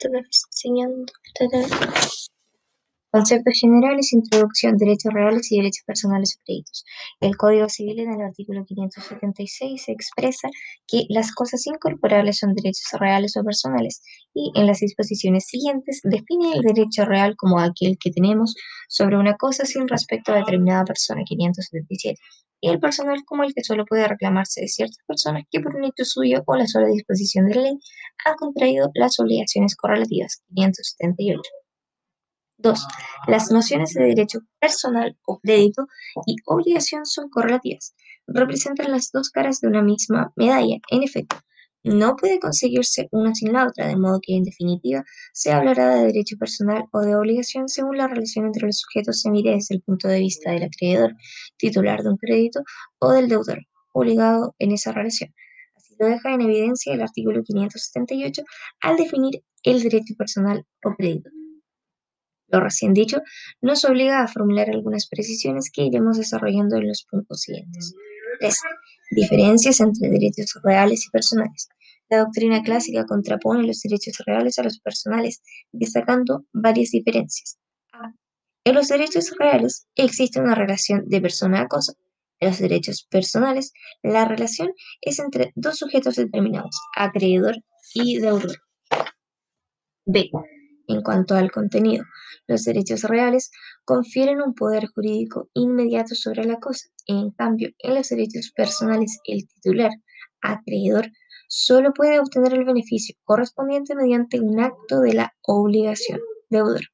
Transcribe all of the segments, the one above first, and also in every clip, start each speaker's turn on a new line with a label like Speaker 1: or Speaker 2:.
Speaker 1: te me enseñando. Conceptos generales, introducción, derechos reales y derechos personales o créditos. El Código Civil en el artículo 576 expresa que las cosas incorporables son derechos reales o personales y en las disposiciones siguientes define el derecho real como aquel que tenemos sobre una cosa sin respecto a determinada persona, 577, y el personal como el que solo puede reclamarse de ciertas personas que por un hecho suyo o la sola disposición de la ley han contraído las obligaciones correlativas, 578. 2. Las nociones de derecho personal o crédito y obligación son correlativas. Representan las dos caras de una misma medalla. En efecto, no puede conseguirse una sin la otra, de modo que, en definitiva, se hablará de derecho personal o de obligación según la relación entre los sujetos se mire desde el punto de vista del acreedor, titular de un crédito, o del deudor, obligado en esa relación. Así lo deja en evidencia el artículo 578 al definir el derecho personal o crédito. Lo recién dicho nos obliga a formular algunas precisiones que iremos desarrollando en los puntos siguientes. 3. Diferencias entre derechos reales y personales. La doctrina clásica contrapone los derechos reales a los personales, destacando varias diferencias. A. En los derechos reales existe una relación de persona a cosa. En los derechos personales, la relación es entre dos sujetos determinados, acreedor y deudor. B. En cuanto al contenido, los derechos reales confieren un poder jurídico inmediato sobre la cosa. En cambio, en los derechos personales, el titular, acreedor, solo puede obtener el beneficio correspondiente mediante un acto de la obligación deudor.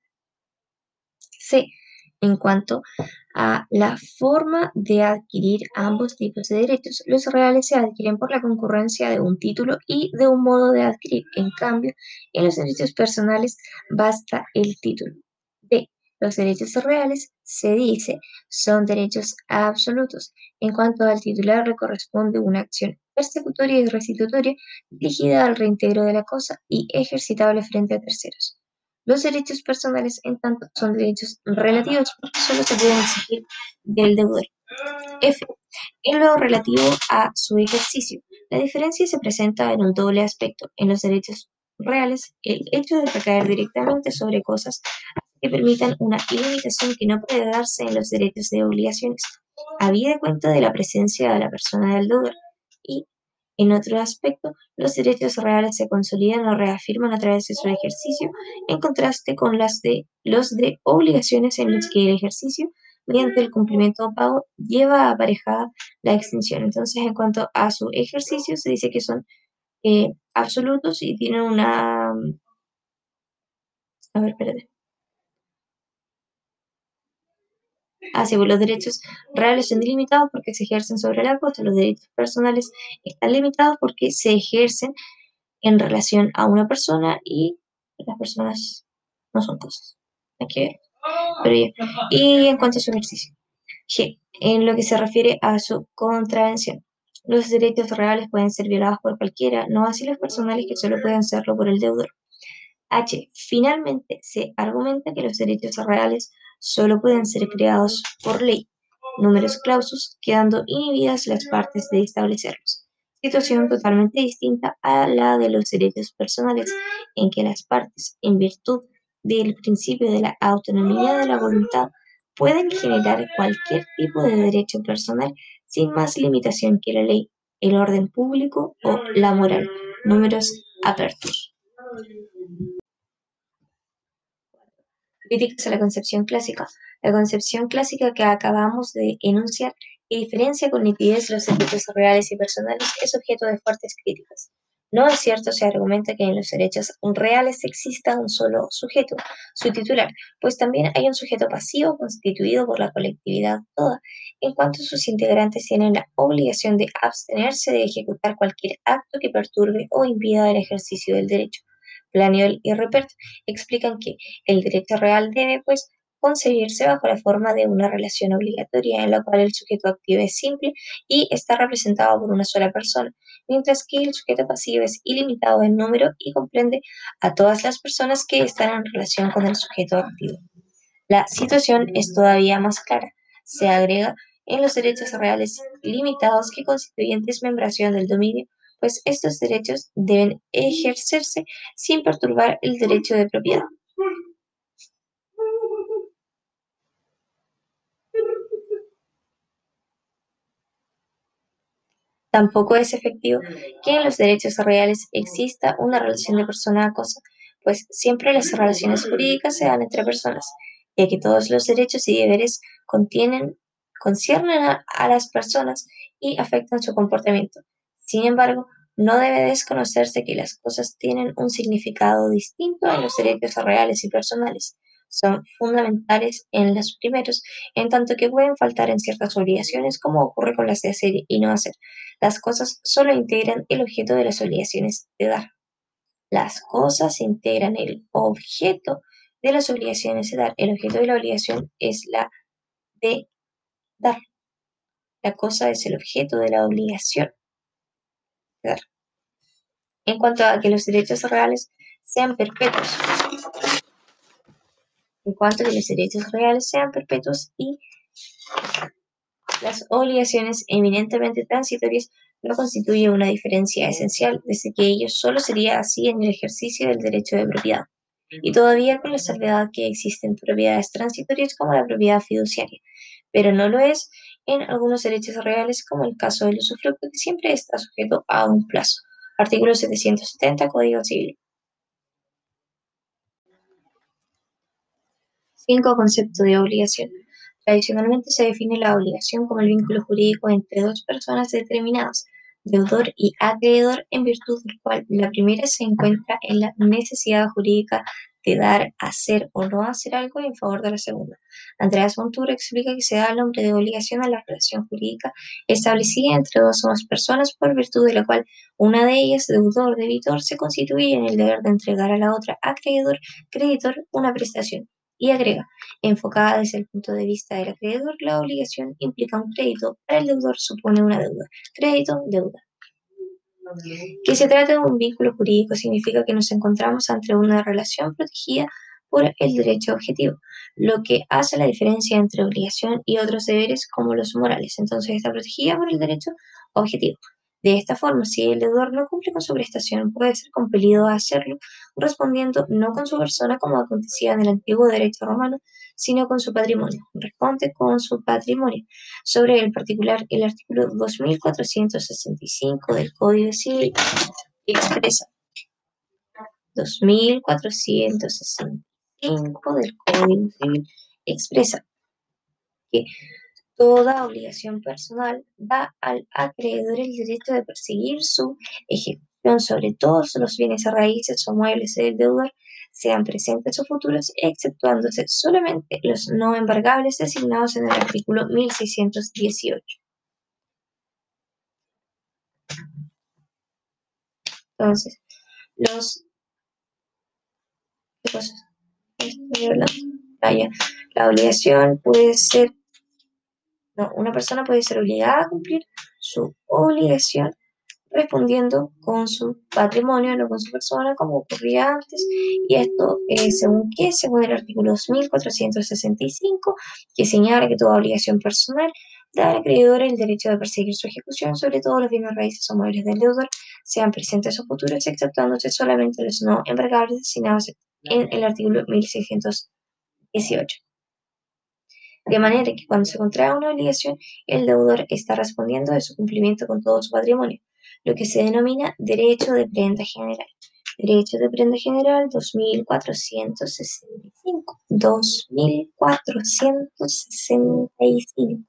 Speaker 1: C. En cuanto a la forma de adquirir ambos tipos de derechos, los reales se adquieren por la concurrencia de un título y de un modo de adquirir. En cambio, en los derechos personales basta el título. D. Los derechos reales, se dice, son derechos absolutos. En cuanto al titular, le corresponde una acción persecutoria y restitutoria dirigida al reintegro de la cosa y ejercitable frente a terceros. Los derechos personales, en tanto, son derechos relativos porque solo se pueden exigir del deudor. F. En lo relativo a su ejercicio, la diferencia se presenta en un doble aspecto. En los derechos reales, el hecho de recaer directamente sobre cosas que permitan una ilimitación que no puede darse en los derechos de obligaciones, habida cuenta de la presencia de la persona del deudor. Y, en otro aspecto, los derechos reales se consolidan o reafirman a través de su ejercicio, en contraste con los de obligaciones en los que el ejercicio, mediante el cumplimiento o pago, lleva aparejada la extinción. Entonces, en cuanto a su ejercicio, se dice que son absolutos y tienen una... A ver, espérate. Así pues, los derechos reales son ilimitados porque se ejercen sobre la cosa, los derechos personales están limitados porque se ejercen en relación a una persona y las personas no son cosas. Hay que ver. Pero ya. Y en cuanto a su ejercicio, G, en lo que se refiere a su contravención, los derechos reales pueden ser violados por cualquiera, no así los personales que solo pueden serlo por el deudor. H. Finalmente, se argumenta que los derechos reales solo pueden ser creados por ley, numerus clausus, quedando inhibidas las partes de establecerlos. Situación totalmente distinta a la de los derechos personales, en que las partes, en virtud del principio de la autonomía de la voluntad, pueden generar cualquier tipo de derecho personal sin más limitación que la ley, el orden público o la moral. Números apertos. Críticas a la concepción clásica. La concepción clásica que acabamos de enunciar, que diferencia con nitidez los derechos reales y personales, es objeto de fuertes críticas. No es cierto, se argumenta, que en los derechos reales exista un solo sujeto, su titular, pues también hay un sujeto pasivo constituido por la colectividad toda, en cuanto sus integrantes tienen la obligación de abstenerse de ejecutar cualquier acto que perturbe o impida el ejercicio del derecho. Planiol y Rupert explican que el derecho real debe, pues, concebirse bajo la forma de una relación obligatoria en la cual el sujeto activo es simple y está representado por una sola persona, mientras que el sujeto pasivo es ilimitado en número y comprende a todas las personas que están en relación con el sujeto activo. La situación es todavía más clara. Se agrega en los derechos reales limitados que constituyen desmembración del dominio pues estos derechos deben ejercerse sin perturbar el derecho de propiedad. Tampoco es efectivo que en los derechos reales exista una relación de persona a cosa, pues siempre las relaciones jurídicas se dan entre personas, ya que todos los derechos y deberes conciernen a las personas y afectan su comportamiento. Sin embargo, no debe desconocerse que las cosas tienen un significado distinto en los derechos reales y personales. Son fundamentales en los primeros, en tanto que pueden faltar en ciertas obligaciones, como ocurre con las de hacer y no hacer. Las cosas solo integran el objeto de las obligaciones de dar. Las cosas integran el objeto de las obligaciones de dar. El objeto de la obligación es la de dar. La cosa es el objeto de la obligación de dar. En cuanto a que los derechos reales sean perpetuos, en cuanto a que los derechos reales sean perpetuos y las obligaciones eminentemente transitorias no constituye una diferencia esencial, desde que ello solo sería así en el ejercicio del derecho de propiedad, y todavía con la salvedad que existen propiedades transitorias como la propiedad fiduciaria, pero no lo es en algunos derechos reales, como el caso del usufructo, que siempre está sujeto a un plazo. Artículo 770, Código Civil. 5. Concepto de obligación. Tradicionalmente se define la obligación como el vínculo jurídico entre dos personas determinadas, deudor y acreedor, en virtud del cual la primera se encuentra en la necesidad jurídica de dar, hacer o no hacer algo en favor de la segunda. Andreas Montura explica que se da el nombre de obligación a la relación jurídica establecida entre dos o más personas, por virtud de la cual una de ellas, deudor-debitor, se constituye en el deber de entregar a la otra, acreedor-creditor, una prestación. Y agrega: enfocada desde el punto de vista del acreedor, la obligación implica un crédito, para el deudor supone una deuda. Crédito, deuda. Que se trata de un vínculo jurídico significa que nos encontramos ante una relación protegida por el derecho objetivo, lo que hace la diferencia entre obligación y otros deberes como los morales. Entonces está protegida por el derecho objetivo. De esta forma, si el deudor no cumple con su prestación, puede ser compelido a hacerlo, respondiendo no con su persona como acontecía en el antiguo derecho romano, sino con su patrimonio. Responde con su patrimonio. Sobre el particular, el artículo 2465 del Código Civil expresa 2465 del Código Civil expresa que toda obligación personal da al acreedor el derecho de perseguir su ejecución sobre todos los bienes raíces o muebles del deudor, sean presentes o futuros, exceptuándose solamente los no embargables designados en el artículo 1618. Entonces, los ¿qué cosas estoy hablando? Ya. La obligación puede ser, no, una persona puede ser obligada a cumplir su obligación respondiendo con su patrimonio, no con su persona, como ocurría antes. Y esto, ¿según qué? Según el artículo 2465, que señala que toda obligación personal da al acreedor el derecho de perseguir su ejecución sobre todos los bienes raíces o muebles del deudor, sean presentes o futuros, exceptuándose solamente los no embargables designados en el artículo 1618. De manera que cuando se contrae una obligación, el deudor está respondiendo de su cumplimiento con todo su patrimonio, lo que se denomina derecho de prenda general. Derecho de prenda general 2465. 2465.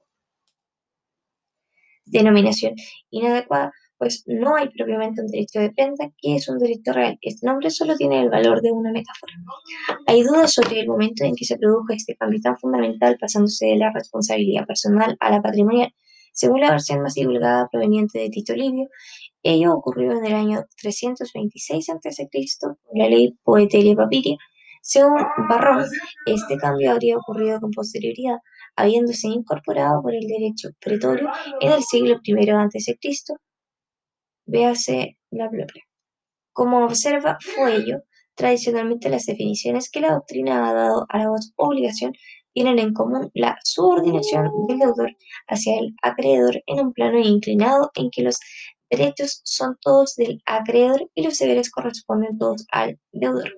Speaker 1: Denominación inadecuada, pues no hay propiamente un derecho de prenda, que es un derecho real. Este nombre solo tiene el valor de una metáfora. Hay dudas sobre el momento en que se produjo este cambio tan fundamental, pasándose de la responsabilidad personal a la patrimonial. Según la versión más divulgada proveniente de Tito Livio, ello ocurrió en el año 326 a.C. con la ley Poetelia Papiria. Según Varrón, este cambio habría ocurrido con posterioridad, habiéndose incorporado por el derecho pretorio en el siglo I a.C. Véase la propia. Como observa Fuello, tradicionalmente las definiciones que la doctrina ha dado a la obligación tienen en común la subordinación del deudor hacia el acreedor en un plano inclinado en que los derechos son todos del acreedor y los deberes corresponden todos al deudor.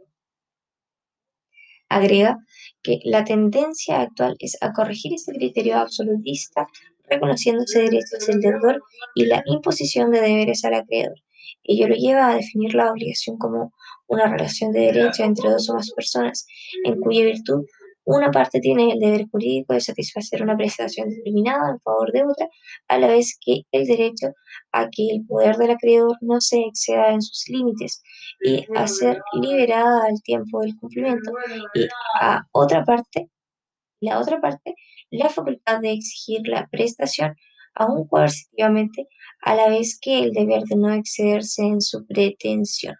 Speaker 1: Agrega que la tendencia actual es a corregir este criterio absolutista, reconociéndose derechos del deudor y la imposición de deberes al acreedor. Ello lo lleva a definir la obligación como una relación de derecho entre dos o más personas, en cuya virtud una parte tiene el deber jurídico de satisfacer una prestación determinada en favor de otra, a la vez que el derecho a que el poder del acreedor no se exceda en sus límites y a ser liberada al tiempo del cumplimiento y a otra parte, la otra parte, la facultad de exigir la prestación, aun coercitivamente, a la vez que el deber de no excederse en su pretensión.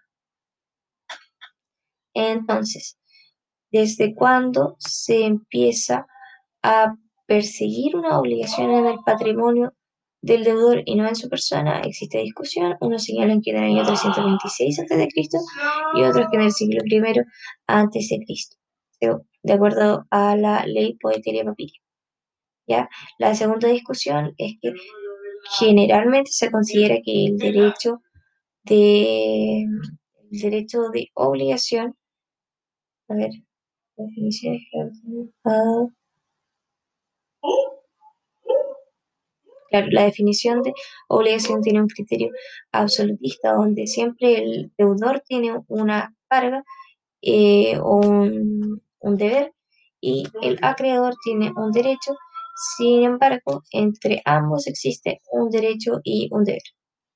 Speaker 1: Entonces, ¿desde cuándo se empieza a perseguir una obligación en el patrimonio del deudor y no en su persona? Existe discusión. Unos señalan que en el año 326 a.C. y otros que en el siglo I a.C., de acuerdo a la ley Poeterea Papiria. ¿Ya? La segunda discusión es que generalmente se considera que el derecho de obligación, a ver, definiciones, claro, la definición de obligación tiene un criterio absolutista donde siempre el deudor tiene una carga o un deber y el acreedor tiene un derecho. Sin embargo, entre ambos existe un derecho y un deber.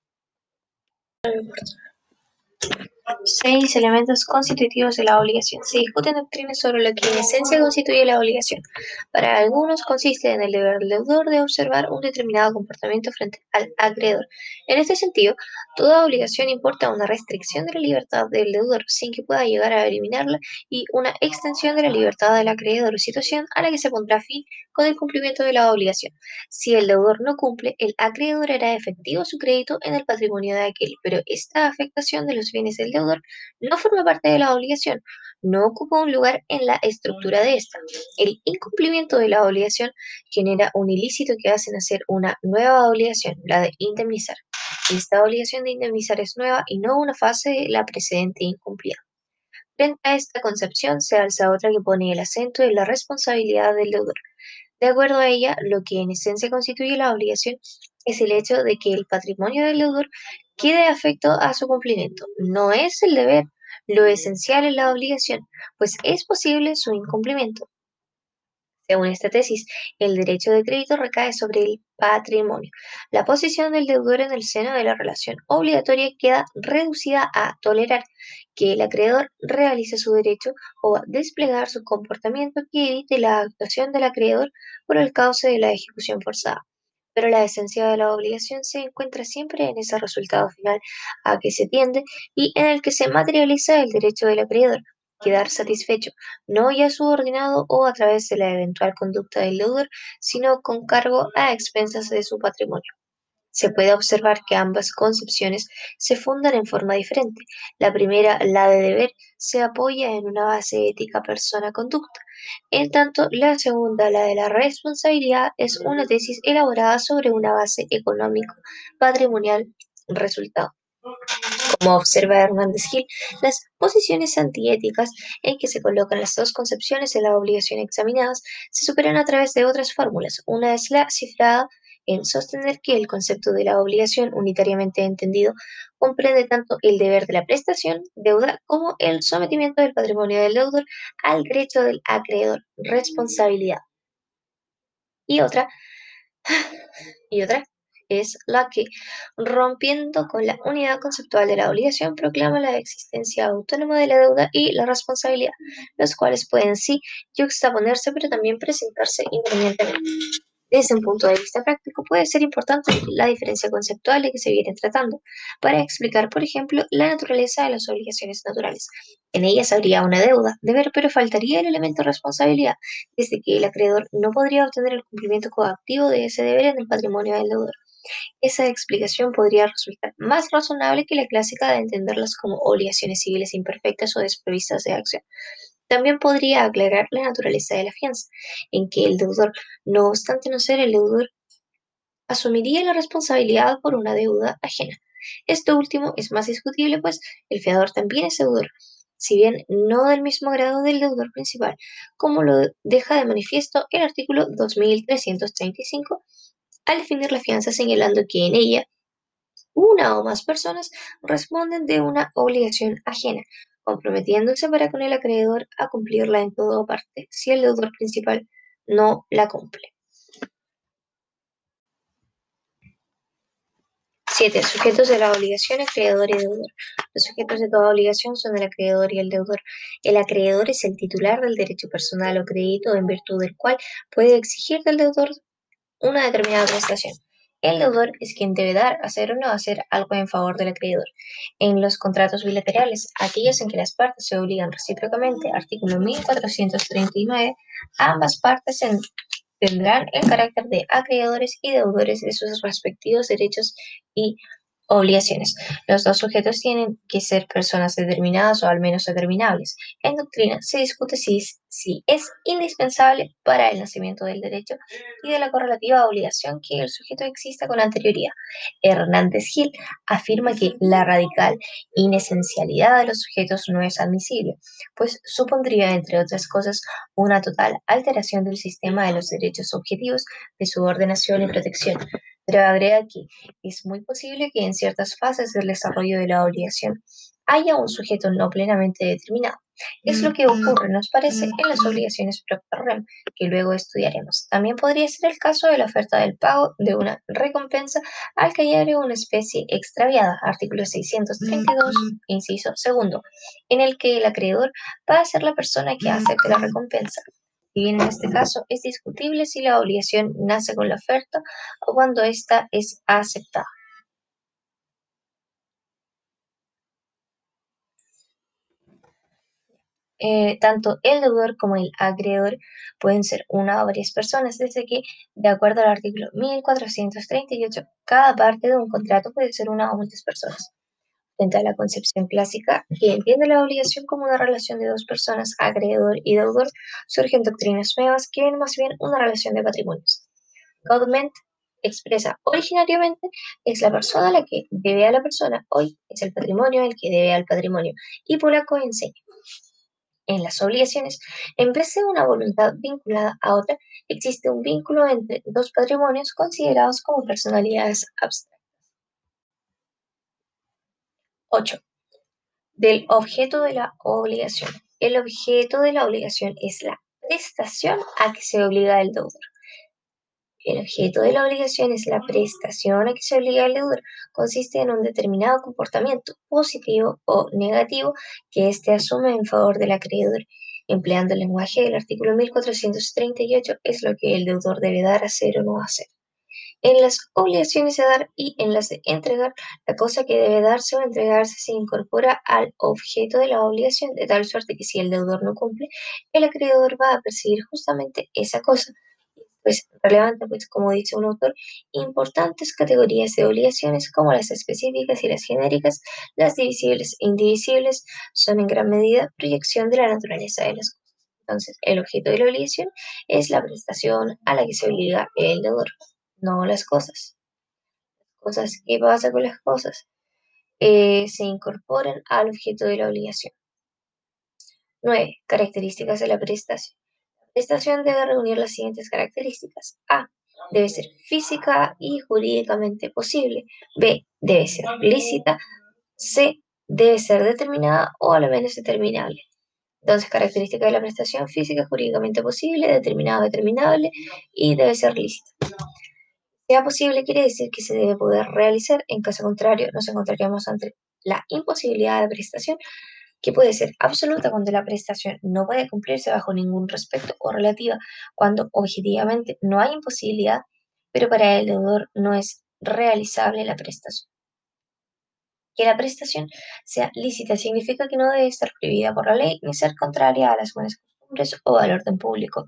Speaker 1: 6 elementos constitutivos de la obligación. Se discuten doctrinas sobre lo que en esencia constituye la obligación. Para algunos consiste en el deber del deudor de observar un determinado comportamiento frente al acreedor. En este sentido, toda obligación importa una restricción de la libertad del deudor sin que pueda llegar a eliminarla y una extensión de la libertad del acreedor, situación a la que se pondrá fin con el cumplimiento de la obligación. Si el deudor no cumple, el acreedor hará efectivo su crédito en el patrimonio de aquel, pero esta afectación de los bienes del deudor no forma parte de la obligación, no ocupa un lugar en la estructura de esta. El incumplimiento de la obligación genera un ilícito que hace nacer una nueva obligación, la de indemnizar. Esta obligación de indemnizar es nueva y no una fase de la precedente incumplida. Frente a esta concepción se alza otra que pone el acento en la responsabilidad del deudor. De acuerdo a ella, lo que en esencia constituye la obligación es el hecho de que el patrimonio del deudor quede afecto a su cumplimiento. No es el deber lo esencial en la obligación, pues es posible su incumplimiento. Según esta tesis, el derecho de crédito recae sobre el patrimonio. La posición del deudor en el seno de la relación obligatoria queda reducida a tolerar que el acreedor realice su derecho o a desplegar su comportamiento que evite la actuación del acreedor por el cauce de la ejecución forzada. Pero la esencia de la obligación se encuentra siempre en ese resultado final a que se tiende y en el que se materializa el derecho del acreedor, quedar satisfecho, no ya subordinado o a través de la eventual conducta del deudor, sino con cargo a expensas de su patrimonio. Se puede observar que ambas concepciones se fundan en forma diferente. La primera, la de deber, se apoya en una base ética persona-conducta. En tanto, la segunda, la de la responsabilidad, es una tesis elaborada sobre una base económico-patrimonial resultado. Como observa Hernández Gil, las posiciones antiéticas en que se colocan las dos concepciones de la obligación examinadas se superan a través de otras fórmulas. Una es la cifrada en sostener que el concepto de la obligación, unitariamente entendido, comprende tanto el deber de la prestación, deuda, como el sometimiento del patrimonio del deudor al derecho del acreedor, responsabilidad. Y otra y otra es la que, rompiendo con la unidad conceptual de la obligación, proclama la existencia autónoma de la deuda y la responsabilidad, los cuales pueden sí yuxtaponerse, pero también presentarse independientemente. Desde un punto de vista práctico, puede ser importante la diferencia conceptual de que se viene tratando, para explicar, por ejemplo, la naturaleza de las obligaciones naturales. En ellas habría una deuda, deber, pero faltaría el elemento responsabilidad, desde que el acreedor no podría obtener el cumplimiento coactivo de ese deber en el patrimonio del deudor. Esa explicación podría resultar más razonable que la clásica de entenderlas como obligaciones civiles imperfectas o desprovistas de acción. También podría aclarar la naturaleza de la fianza, en que el deudor, no obstante no ser el deudor, asumiría la responsabilidad por una deuda ajena. Esto último es más discutible, pues el fiador también es deudor, si bien no del mismo grado del deudor principal, como lo deja de manifiesto el artículo 2335 al definir la fianza señalando que en ella una o más personas responden de una obligación ajena, comprometiéndose para con el acreedor a cumplirla en todo o parte, si el deudor principal no la cumple. 7. Sujetos de la obligación, acreedor y deudor. Los sujetos de toda obligación son el acreedor y el deudor. El acreedor es el titular del derecho personal o crédito en virtud del cual puede exigir del deudor una determinada prestación. El deudor es quien debe dar, hacer o no hacer algo en favor del acreedor. En los contratos bilaterales, aquellos en que las partes se obligan recíprocamente, artículo 1439, ambas partes tendrán el carácter de acreedores y deudores de sus respectivos derechos y obligaciones. Los dos sujetos tienen que ser personas determinadas o al menos determinables. En doctrina se discute si es indispensable para el nacimiento del derecho y de la correlativa obligación que el sujeto exista con anterioridad. Hernández Gil afirma que la radical inesencialidad de los sujetos no es admisible, pues supondría, entre otras cosas, una total alteración del sistema de los derechos objetivos de su ordenación y protección. Pero agrega que es muy posible que en ciertas fases del desarrollo de la obligación haya un sujeto no plenamente determinado. Es lo que ocurre, nos parece, en las obligaciones propter rem, que luego estudiaremos. También podría ser el caso de la oferta del pago de una recompensa al que haya una especie extraviada, artículo 632, inciso segundo, en el que el acreedor va a ser la persona que acepte la recompensa. Si bien en este caso es discutible si la obligación nace con la oferta o cuando ésta es aceptada. Tanto el deudor como el acreedor pueden ser una o varias personas, desde que, de acuerdo al artículo 1438, cada parte de un contrato puede ser una o muchas personas. Frente a la concepción clásica, que entiende la obligación como una relación de dos personas, acreedor y deudor, surgen doctrinas nuevas que ven más bien una relación de patrimonios. Godment expresa originariamente es la persona la que debe a la persona, hoy es el patrimonio el que debe al patrimonio, y Polaco enseña en las obligaciones, en vez de una voluntad vinculada a otra, existe un vínculo entre dos patrimonios considerados como personalidades abstractas. 8. Del objeto de la obligación. El objeto de la obligación es la prestación a que se obliga el deudor. El objeto de la obligación es la prestación a que se obliga el deudor. Consiste en un determinado comportamiento, positivo o negativo, que éste asume en favor del acreedor. Empleando el lenguaje del artículo 1438, es lo que el deudor debe dar, hacer o no hacer. En las obligaciones de dar y en las de entregar, la cosa que debe darse o entregarse se incorpora al objeto de la obligación, de tal suerte que si el deudor no cumple, el acreedor va a perseguir justamente esa cosa. Pues relevante, pues como dice un autor, importantes categorías de obligaciones como las específicas y las genéricas, las divisibles e indivisibles, son en gran medida proyección de la naturaleza de las cosas. Entonces, el objeto de la obligación es la prestación a la que se obliga el deudor, no las cosas. Cosas, ¿qué pasa con las cosas? Se incorporan al objeto de la obligación. 9. Características de la prestación. La prestación debe reunir las siguientes características. A. Debe ser física y jurídicamente posible. B. Debe ser lícita. C. Debe ser determinada o al menos determinable. Entonces, características de la prestación: física, jurídicamente posible, determinado, determinable y debe ser lícita. Sea posible quiere decir que se debe poder realizar, en caso contrario nos encontraríamos ante la imposibilidad de prestación, que puede ser absoluta cuando la prestación no puede cumplirse bajo ningún respecto o relativa cuando objetivamente no hay imposibilidad, pero para el deudor no es realizable la prestación. Que la prestación sea lícita significa que no debe estar prohibida por la ley ni ser contraria a las buenas costumbres o al orden público.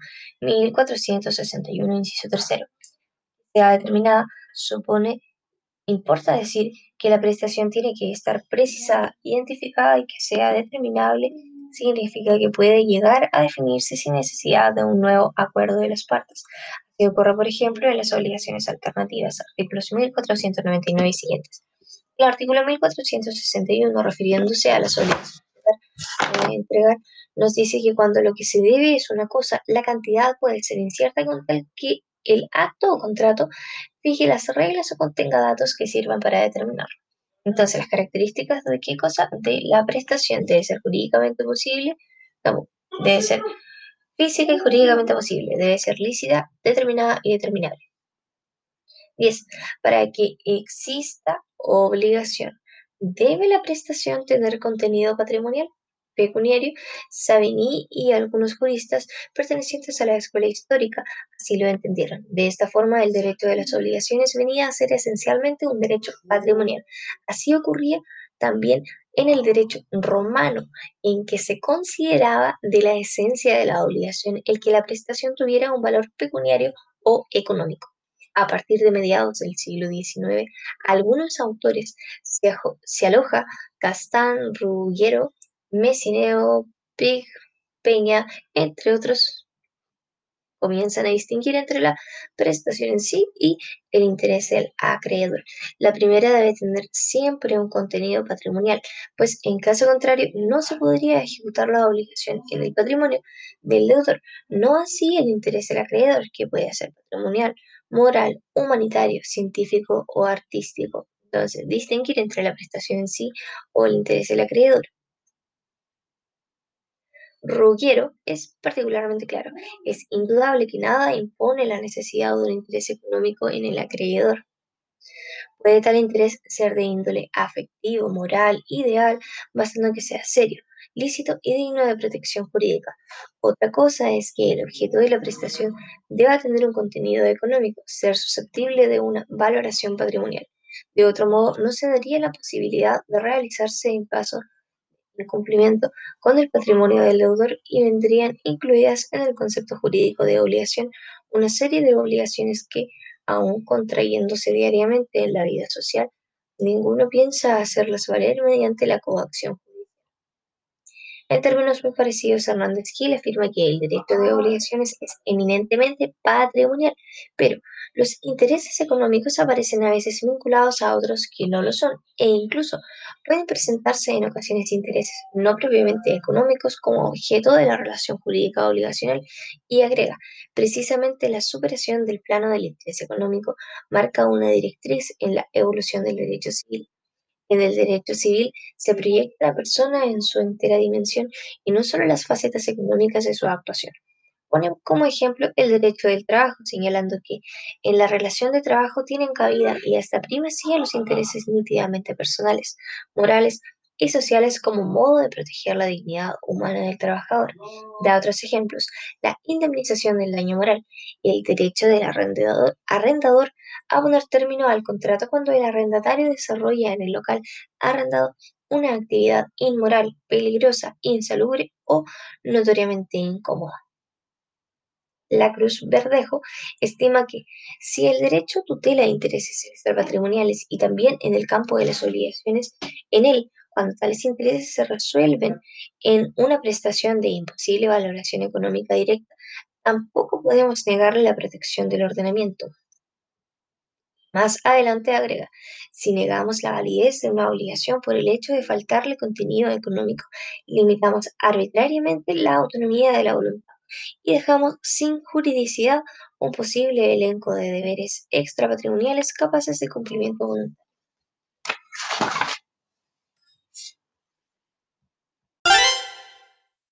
Speaker 1: 1461, inciso tercero. Sea determinada supone, importa decir que la prestación tiene que estar precisada, identificada y que sea determinable, significa que puede llegar a definirse sin necesidad de un nuevo acuerdo de las partes. Así ocurre, por ejemplo, en las obligaciones alternativas, artículos 1499 y siguientes. El artículo 1461, refiriéndose a las obligaciones de entregar, nos dice que cuando lo que se debe es una cosa, la cantidad puede ser incierta con tal que el acto o contrato fije las reglas o contenga datos que sirvan para determinarlo. Entonces, las características de qué cosa, de la prestación debe ser jurídicamente posible, no, debe ser física y jurídicamente posible, debe ser lícita, determinada y determinable. 10. Para que exista obligación, ¿debe la prestación tener contenido patrimonial, pecuniario? Savigny y algunos juristas pertenecientes a la escuela histórica así lo entendieron. De esta forma, el derecho de las obligaciones venía a ser esencialmente un derecho patrimonial. Así ocurría también en el derecho romano, en que se consideraba de la esencia de la obligación el que la prestación tuviera un valor pecuniario o económico. A partir de mediados del siglo XIX, algunos autores se aloja Castán, Ruggiero, Messineo, Pig, Peña, entre otros, comienzan a distinguir entre la prestación en sí y el interés del acreedor. La primera debe tener siempre un contenido patrimonial, pues en caso contrario no se podría ejecutar la obligación en el patrimonio del deudor, no así el interés del acreedor, que puede ser patrimonial, moral, humanitario, científico o artístico. Entonces, distinguir entre la prestación en sí o el interés del acreedor. Ruggiero es particularmente claro: es indudable que nada impone la necesidad de un interés económico en el acreedor. Puede tal interés ser de índole afectivo, moral, ideal, bastando que sea serio, lícito y digno de protección jurídica. Otra cosa es que el objeto de la prestación deba tener un contenido económico, ser susceptible de una valoración patrimonial. De otro modo, no se daría la posibilidad de realizarse en caso de cumplimiento con el patrimonio del deudor, y vendrían incluidas en el concepto jurídico de obligación una serie de obligaciones que, aun contrayéndose diariamente en la vida social, ninguno piensa hacerlas valer mediante la coacción. En términos muy parecidos, Hernández Gil afirma que el derecho de obligaciones es eminentemente patrimonial, pero los intereses económicos aparecen a veces vinculados a otros que no lo son, e incluso pueden presentarse en ocasiones intereses no propiamente económicos como objeto de la relación jurídica obligacional, y agrega: precisamente la superación del plano del interés económico marca una directriz en la evolución del derecho civil. En el derecho civil se proyecta la persona en su entera dimensión y no solo las facetas económicas de su actuación. Pone como ejemplo el derecho del trabajo, señalando que en la relación de trabajo tienen cabida y hasta primacía los intereses nítidamente personales, morales y sociales como modo de proteger la dignidad humana del trabajador. Da otros ejemplos: la indemnización del daño moral y el derecho del arrendador a poner término al contrato cuando el arrendatario desarrolla en el local arrendado una actividad inmoral, peligrosa, insalubre o notoriamente incómoda. La Cruz Verdejo estima que si el derecho tutela intereses extrapatrimoniales y también en el campo de las obligaciones, en él, cuando tales intereses se resuelven en una prestación de imposible valoración económica directa, tampoco podemos negarle la protección del ordenamiento. Más adelante agrega: si negamos la validez de una obligación por el hecho de faltarle contenido económico, limitamos arbitrariamente la autonomía de la voluntad y dejamos sin juridicidad un posible elenco de deberes extrapatrimoniales capaces de cumplimiento voluntario.